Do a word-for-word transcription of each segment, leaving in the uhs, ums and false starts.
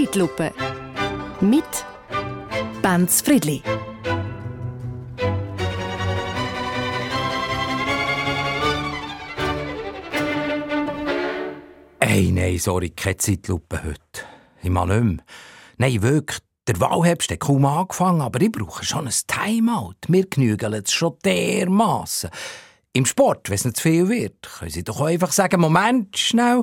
Zeitlupe mit Benz Friedli. Ey, nein, sorry, keine Zeitlupe heute. Ich mag nicht mehr. Nein, wirklich, der Wahlherbst hat kaum angefangen, aber ich brauche schon ein Timeout. Mir genügen es schon dermassen. Im Sport, wenn es nicht zu viel wird, können Sie doch einfach sagen, Moment, schnell.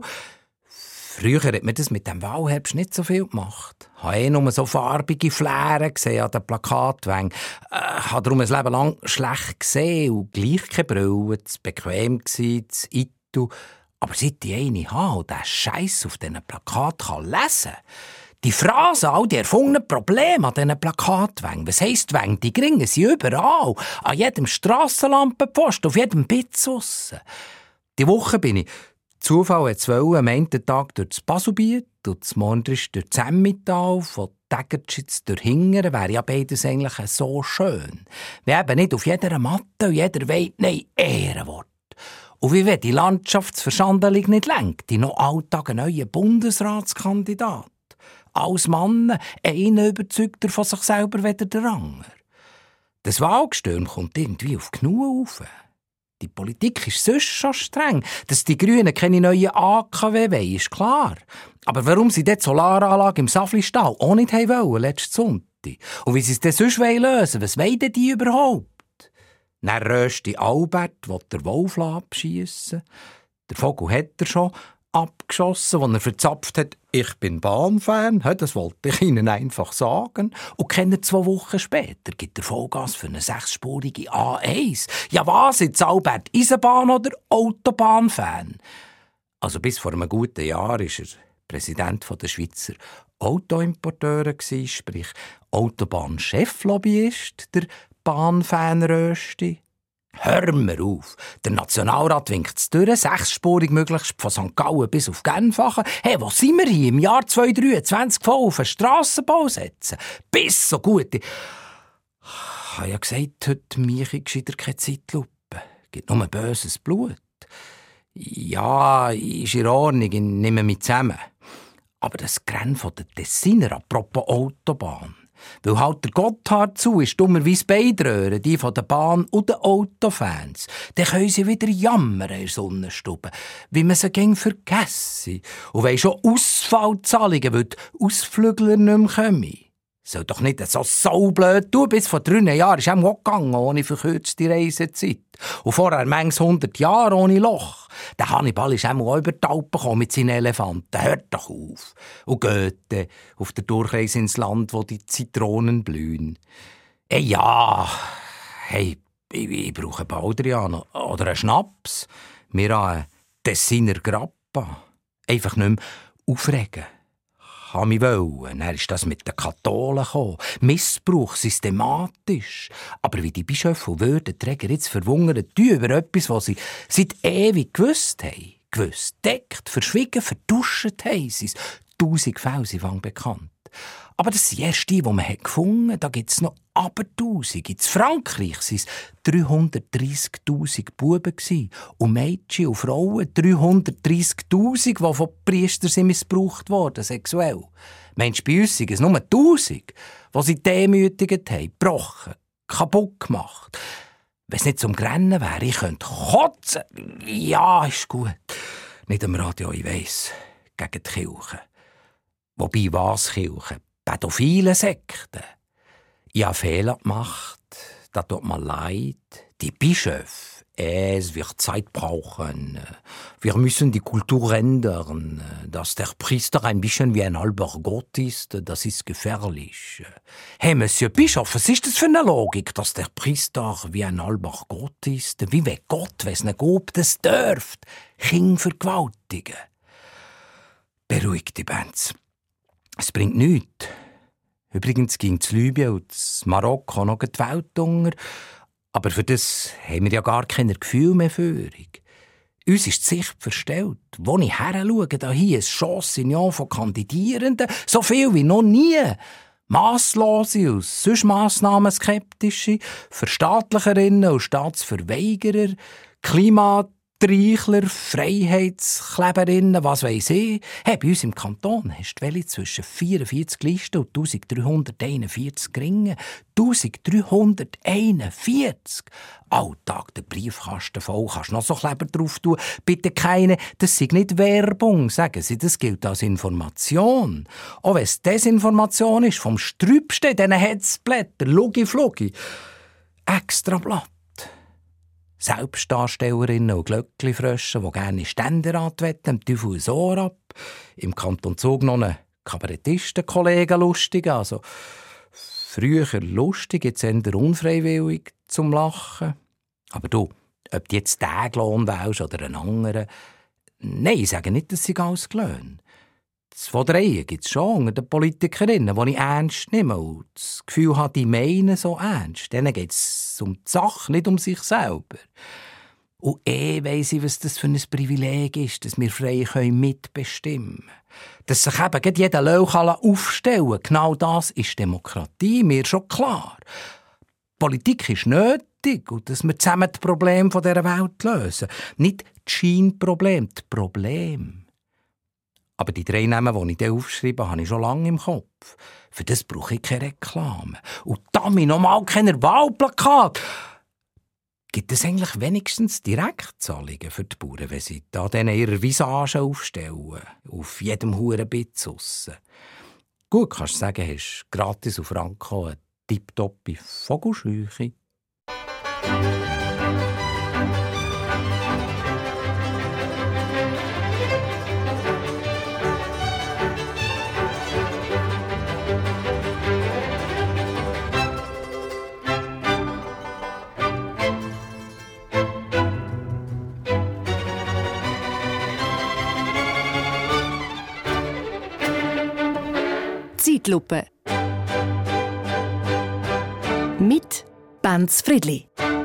Früher hat man das mit dem Wahlherbst nicht so viel gemacht. Ich habe eh nur so farbige Flären gesehen an den Plakatwängen. Ich äh, habe darum ein Leben lang schlecht gesehen und gleich keine Brille, zu bequem gsi, zu itu. Aber seit ich eine habe und diesen Scheiss auf diesen Plakaten lesen kann, die Phrasen, all die erfundenen Probleme an diesen Plakatwängen, was heisst Wänge, die gringen sie überall, an jedem Strassenlampenpost, auf jedem Bitz aussen. Die Woche bin ich, Zufall hat es wollen, am einen Tag durch das Baselbiet und das Mondrisch durch das Emmental, von Tägertschitz durch Hingern, wäre ja beides eigentlich so schön. Wir eben nicht auf jeder Matte und jeder Weid, nein, Ehrenwort. Und wie wenn die Landschaftsverschandelung nicht lenkt, die noch alltag ein neuer Bundesratskandidat. Als Mann, einer überzeugter von sich selber wie der andere. Das Wahlgestöhn kommt irgendwie auf genug auf. Die Politik ist sonst schon streng. Dass die Grünen keine neuen A K W wollen, ist klar. Aber warum sie dort die Solaranlage im Safli-Stall auch nicht haben wollen, letzten Sonntag? Und wie sie es dann sonst lösen wollen, was wollen die überhaupt? Dann Rösti Albert will der Wolf abschiessen. Der Vogel hat er schon abgeschossen, als er verzapft hat, ich bin Bahnfan, das wollte ich Ihnen einfach sagen. Und keine zwei Wochen später gibt der Vollgas für eine sechsspurige A eins. Ja was, jetzt Albert, Eisenbahn- oder Autobahnfan? Also bis vor einem guten Jahr war er Präsident der Schweizer Autoimporteure, sprich Autobahn-Cheflobbyist, der Bahnfan-Rösti. Hör mir auf. Der Nationalrat winkt es durch, sechsspurig möglichst von Sankt Gallen bis auf Genfachen. Hey, wo sind wir hier? Im Jahr zweitausenddreiundzwanzig voll auf einen Strassenbau setzen? Bis so gut. Ich habe ja gesagt, heute mache ich gescheiter keine Zeitlupe. Gibt nur böses Blut. Ja, ist in Ordnung, ich nehme mich zusammen. Aber das Rennen von der Tessiner, apropos Autobahn. Weil halt der Gotthard zu ist, dummerweise beide Röhren, die von der Bahn und den Autofans. Dann können sie wieder jammern in der Sonnenstube, wie man sie gern vergessen. Und wollen schon Ausfallzahlungen, weil die Ausflügler nicht mehr kommen. Soll doch nicht so saublöd tun. Bis vor drei Jahren ist er auch gegangen, ohne verkürzte Reisezeit. Und vorher manches hundert Jahre ohne Loch. Der Hannibal ist auch über die Alpen gekommen mit seinen Elefanten. Hört doch auf. Und Goethe auf der Durchreise ins Land, wo die Zitronen blühen. Ey, ja. Hey, ich, ich brauche Baldrian oder einen Schnaps. Wir haben einen Tessiner Grappa. Einfach nicht mehr aufregen. Habe mich wollen. Dann ist das mit den Katholen gekommen. Missbrauch systematisch. Aber wie die Bischöfe und Würdenträger jetzt verwungert tun über etwas, was sie seit ewig gewusst haben. Gewusst, deckt, verschwiegen, verduscht haben sie es. Tausend Fälle sind lang bekannt. Aber das sind erst die, die man gefunden hat. Da gibt es noch aber tausend. In Frankreich waren es dreihundertdreissigtausend Buben und Mädchen und Frauen. dreihundertdreissigtausend, die von Priestern missbraucht wurden, sexuell. Meinst du, bei uns sind es nur tausend, die sie demütigt haben, gebrochen, kaputt gemacht? Wenn es nicht zum Grennen wäre, ich könnte kotzen. Ja, ist gut. Nicht am Radio, ich weiss. Gegen die Kirche. Wobei, was Kirche? Pädophile Sekten. Ich habe Fehler gemacht. Das tut mir leid. Die Bischöfe. Es wird Zeit brauchen. Wir müssen die Kultur ändern. Dass der Priester ein bisschen wie ein halber Gott ist, das ist gefährlich. Hey, Monsieur Bischof, was ist das für eine Logik, dass der Priester wie ein halber Gott ist? Wie wenn Gott, wenn es nicht gibt, das dürft. Kinder vergewaltigen. Beruhig die Benz. Es bringt nichts. Übrigens ging es Libyen und Marokko noch die Welt unter. Aber für das haben wir ja gar keine Gefühl mehr für. Uns ist die Sicht verstellt. Wo ich her schaue, da hier ein Chancignon von Kandidierenden, so viel wie noch nie. Masslose und sonst massnahmenskeptische, Verstaatlicherinnen und Staatsverweigerer, Klima Streichler, Freiheitskleberinnen, was weiss ich. Hey, bei uns im Kanton hast du welche zwischen vierundvierzig Listen und eintausenddreihunderteinundvierzig Ringen. eintausenddreihunderteinundvierzig! Alltag, der Briefkasten voll, kannst noch so Kleber drauf tun. Bitte keine, das sei nicht Werbung, sagen sie, das gilt als Information. Auch wenn es Desinformation ist, vom Strübsten, diesen Hetzblätter, Lugi-Flugi. Extrablatt. Selbstdarstellerinnen und Glöckli-Frösche, die gerne in Ständerat wetten, dem Teufel ins Ohr ab. Im Kanton Zug noch einen Kabarettisten-Kollegen lustig, also früher lustig, jetzt eher unfreiwillig zum Lachen. Aber du, ob du jetzt diesen Lohn wählst oder einen anderen, nein, ich sage nicht, dass sie alles gelöhnt. Das von drei gibt es schon unter den Politikerinnen, die ich ernst nehme und das Gefühl habe, die meinen so ernst. Denen geht es um die Sache, nicht um sich selber. Und eh weiss ich, was das für ein Privileg ist, dass wir frei mitbestimmen können. Dass sich eben jeder Löw aufstellen kann, genau das ist Demokratie, mir schon klar. Politik ist nötig und dass wir zusammen die Probleme dieser Welt lösen. Nicht das Scheinproblem, das Problem. Aber die drei Namen, die ich hier aufschreibe, habe ich schon lange im Kopf. Für das brauche ich keine Reklame. Und damit noch mal keine Wahlplakate. Gibt es eigentlich wenigstens Direktzahlungen für die Bauern, wenn sie da ihre Visage aufstellen? Auf jedem Hurenbitz aussen. Gut, kannst du sagen, hast gratis auf Franco eine tipptoppe Vogelscheuche. Zeitlupe mit Benz Friedli.